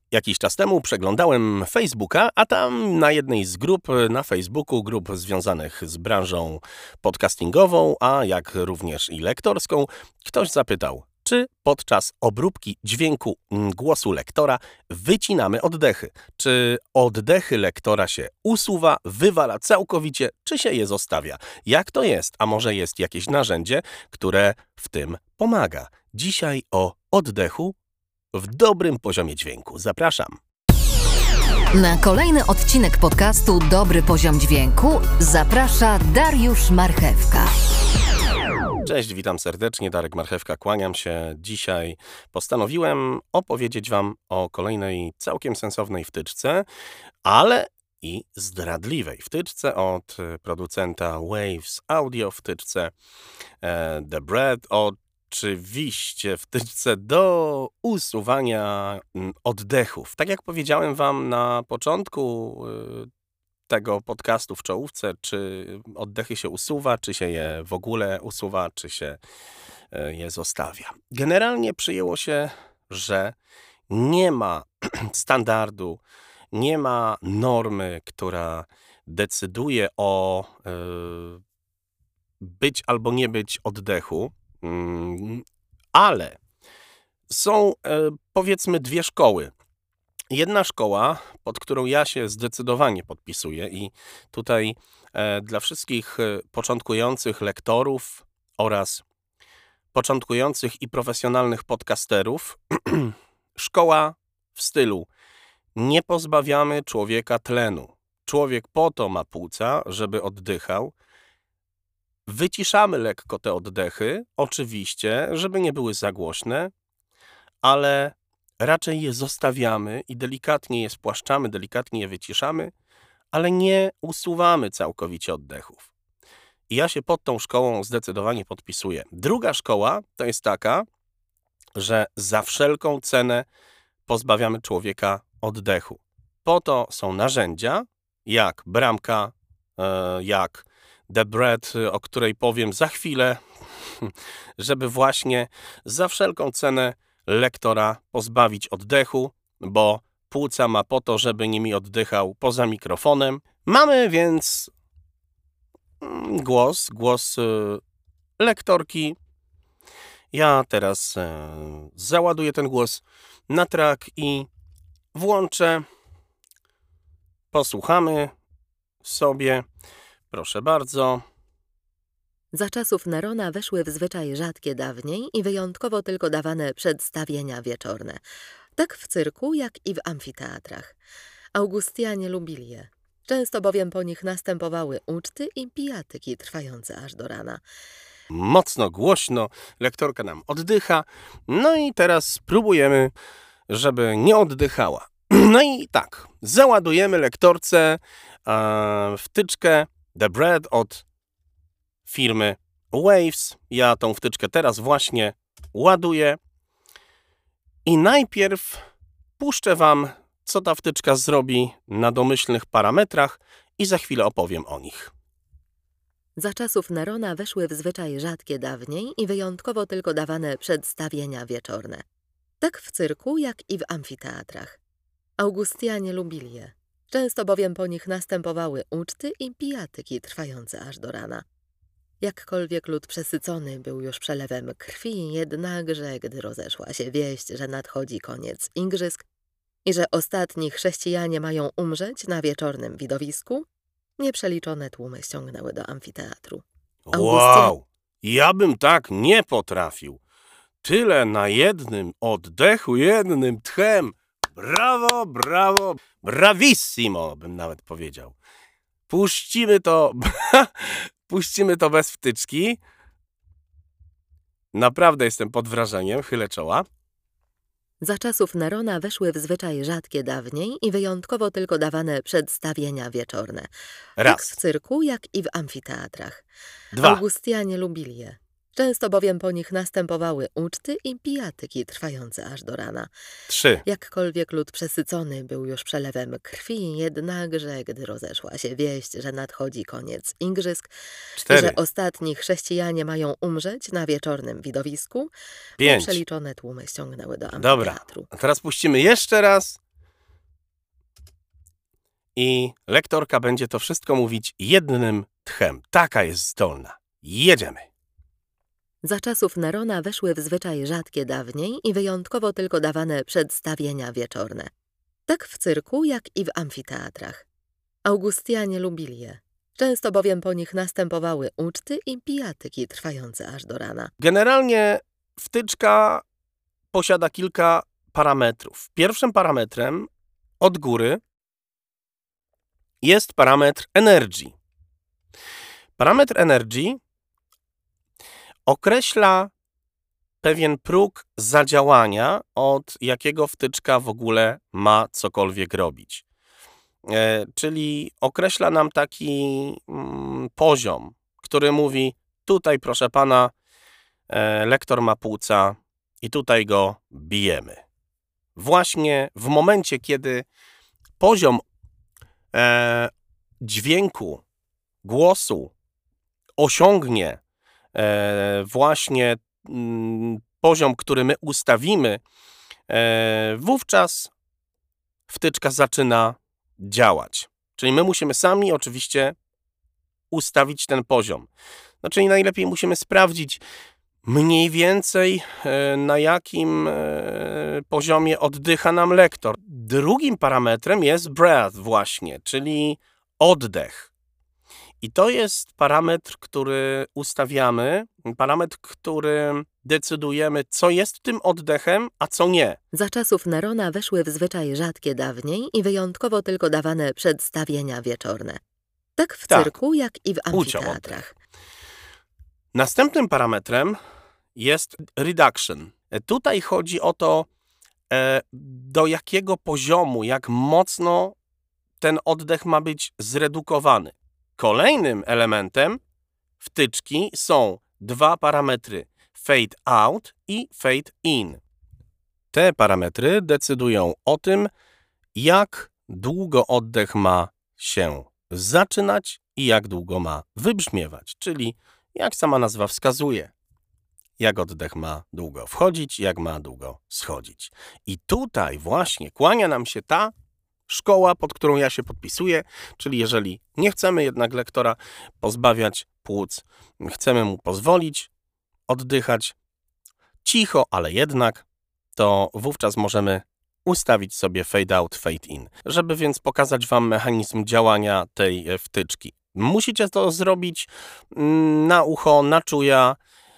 Jakiś czas temu przeglądałem Facebooka, a tam na jednej z grup na Facebooku, grup związanych z branżą podcastingową, a jak również i lektorską, ktoś zapytał, czy podczas obróbki dźwięku głosu lektora wycinamy oddechy? Czy oddechy lektora się usuwa, wywala całkowicie, czy się je zostawia? Jak to jest? A może jest jakieś narzędzie, które w tym pomaga? Dzisiaj o oddechu w dobrym poziomie dźwięku. Zapraszam. Na kolejny odcinek podcastu Dobry Poziom Dźwięku zaprasza Dariusz Marchewka. Cześć, witam serdecznie, Darek Marchewka, kłaniam się. Dzisiaj postanowiłem opowiedzieć Wam o kolejnej całkiem sensownej wtyczce, ale i zdradliwej wtyczce od producenta Waves Audio, wtyczce The Bread, oczywiście wtyczce do usuwania oddechów. Tak jak powiedziałem Wam na początku tego podcastu w czołówce, czy oddechy się usuwa, czy się je w ogóle usuwa, czy się je zostawia. Generalnie przyjęło się, że nie ma standardu, nie ma normy, która decyduje o być albo nie być oddechu, ale są powiedzmy dwie szkoły. Jedna szkoła, pod którą ja się zdecydowanie podpisuję i tutaj dla wszystkich początkujących lektorów oraz początkujących i profesjonalnych podcasterów szkoła w stylu nie pozbawiamy człowieka tlenu. Człowiek po to ma płuca, żeby oddychał. Wyciszamy lekko te oddechy, oczywiście, żeby nie były za głośne, ale raczej je zostawiamy i delikatnie je spłaszczamy, delikatnie je wyciszamy, ale nie usuwamy całkowicie oddechów. I ja się pod tą szkołą zdecydowanie podpisuję. Druga szkoła to jest taka, że za wszelką cenę pozbawiamy człowieka oddechu. Po to są narzędzia, jak bramka, jak The Bread, o której powiem za chwilę, żeby właśnie za wszelką cenę lektora pozbawić oddechu, bo płuca ma po to, żeby nimi oddychał poza mikrofonem. Mamy więc głos lektorki. Ja teraz załaduję ten głos na track i włączę. Posłuchamy sobie. Proszę bardzo. Za czasów Nerona weszły w zwyczaj rzadkie dawniej i wyjątkowo tylko dawane przedstawienia wieczorne. Tak w cyrku, jak i w amfiteatrach. Augustianie lubili je. Często bowiem po nich następowały uczty i pijatyki trwające aż do rana. Mocno, głośno, lektorka nam oddycha. No i teraz spróbujemy, żeby nie oddychała. No i tak, załadujemy lektorce wtyczkę The Bread od firmy Waves. Ja tą wtyczkę teraz właśnie ładuję. I najpierw puszczę Wam, co ta wtyczka zrobi na domyślnych parametrach i za chwilę opowiem o nich. Za czasów Nerona weszły w zwyczaj rzadkie dawniej i wyjątkowo tylko dawane przedstawienia wieczorne. Tak w cyrku, jak i w amfiteatrach. Augustianie lubili je. Często bowiem po nich następowały uczty i pijatyki trwające aż do rana. Jakkolwiek lud przesycony był już przelewem krwi, jednakże, gdy rozeszła się wieść, że nadchodzi koniec igrzysk i że ostatni chrześcijanie mają umrzeć na wieczornym widowisku, nieprzeliczone tłumy ściągnęły do amfiteatru. Wow! Ja bym tak nie potrafił. Tyle na jednym oddechu, jednym tchem. Brawo, brawo, bravissimo, bym nawet powiedział. Puścimy to bez wtyczki. Naprawdę jestem pod wrażeniem, chylę czoła. Za czasów Nerona weszły w zwyczaj rzadkie dawniej i wyjątkowo tylko dawane przedstawienia wieczorne. Raz. Tak w cyrku, jak i w amfiteatrach. Dwa. Augustianie lubili je. Często bowiem po nich następowały uczty i pijatyki trwające aż do rana. 3. Jakkolwiek lud przesycony był już przelewem krwi, jednakże, gdy rozeszła się wieść, że nadchodzi koniec igrzysk 4. i że ostatni chrześcijanie mają umrzeć na wieczornym widowisku, 5. nieprzeliczone tłumy ściągnęły do Dobra, amfiteatru. a teraz puścimy jeszcze raz i lektorka będzie to wszystko mówić jednym tchem. Taka jest zdolna. Jedziemy. Za czasów Nerona weszły w zwyczaj rzadkie dawniej i wyjątkowo tylko dawane przedstawienia wieczorne. Tak w cyrku, jak i w amfiteatrach. Augustianie lubili je. Często bowiem po nich następowały uczty i pijatyki trwające aż do rana. Generalnie wtyczka posiada kilka parametrów. Pierwszym parametrem od góry jest parametr energy. Parametr energy określa pewien próg zadziałania, od jakiego wtyczka w ogóle ma cokolwiek robić. Czyli określa nam taki poziom, który mówi, tutaj proszę pana, lektor ma płuca i tutaj go bijemy. Właśnie w momencie, kiedy poziom dźwięku, głosu osiągnie właśnie poziom, który my ustawimy, wówczas wtyczka zaczyna działać. Czyli my musimy sami oczywiście ustawić ten poziom. Czyli najlepiej musimy sprawdzić mniej więcej, na jakim poziomie oddycha nam lektor. Drugim parametrem jest breath właśnie, czyli oddech. I to jest parametr, który ustawiamy, parametr, który decydujemy, co jest tym oddechem, a co nie. Za czasów Nerona weszły w zwyczaj rzadkie dawniej i wyjątkowo tylko dawane przedstawienia wieczorne. Tak w cyrku, jak i w amfiteatrach. Następnym parametrem jest reduction. Tutaj chodzi o to, do jakiego poziomu, jak mocno ten oddech ma być zredukowany. Kolejnym elementem wtyczki są dwa parametry fade out i fade in. Te parametry decydują o tym, jak długo oddech ma się zaczynać i jak długo ma wybrzmiewać, czyli jak sama nazwa wskazuje, jak oddech ma długo wchodzić, jak ma długo schodzić. I tutaj właśnie kłania nam się ta szkoła, pod którą ja się podpisuję, czyli jeżeli nie chcemy jednak lektora pozbawiać płuc, chcemy mu pozwolić oddychać cicho, ale jednak, to wówczas możemy ustawić sobie fade out, fade in, żeby więc pokazać wam mechanizm działania tej wtyczki. Musicie to zrobić na ucho, na czuja,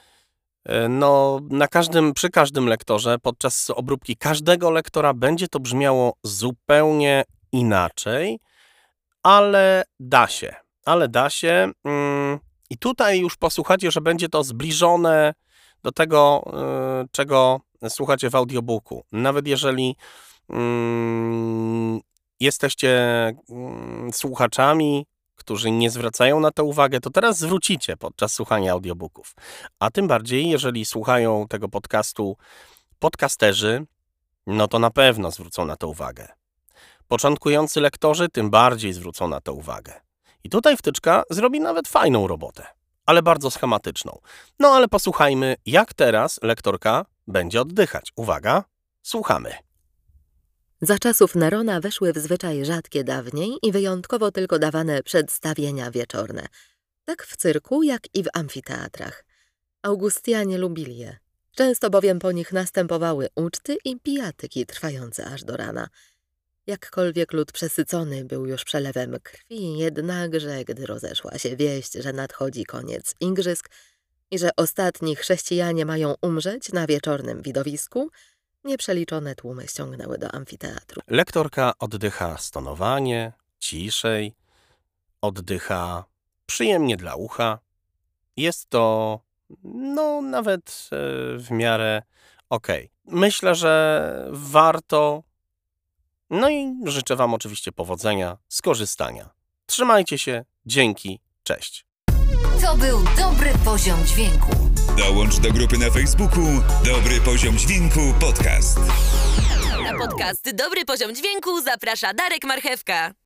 przy każdym lektorze, podczas obróbki każdego lektora będzie to brzmiało zupełnie inaczej, ale da się. I tutaj już posłuchacie, że będzie to zbliżone do tego, czego słuchacie w audiobooku. Nawet jeżeli jesteście słuchaczami, którzy nie zwracają na to uwagę, to teraz zwrócicie podczas słuchania audiobooków. A tym bardziej, jeżeli słuchają tego podcastu podcasterzy, no to na pewno zwrócą na to uwagę. Początkujący lektorzy tym bardziej zwrócą na to uwagę. I tutaj wtyczka zrobi nawet fajną robotę, ale bardzo schematyczną. No ale posłuchajmy, jak teraz lektorka będzie oddychać. Uwaga, słuchamy. Za czasów Nerona weszły w zwyczaj rzadkie dawniej i wyjątkowo tylko dawane przedstawienia wieczorne. Tak w cyrku, jak i w amfiteatrach. Augustianie lubili je. Często bowiem po nich następowały uczty i pijatyki trwające aż do rana. Jakkolwiek lud przesycony był już przelewem krwi, jednakże, gdy rozeszła się wieść, że nadchodzi koniec igrzysk i że ostatni chrześcijanie mają umrzeć na wieczornym widowisku, nieprzeliczone tłumy ściągnęły do amfiteatru. Lektorka oddycha stonowanie, ciszej, oddycha przyjemnie dla ucha. Jest to nawet w miarę okej. Myślę, że warto. No i życzę wam oczywiście powodzenia, skorzystania. Trzymajcie się, dzięki, cześć. To był Dobry Poziom Dźwięku. Dołącz do grupy na Facebooku Dobry Poziom Dźwięku Podcast. Na podcast Dobry Poziom Dźwięku zaprasza Darek Marchewka.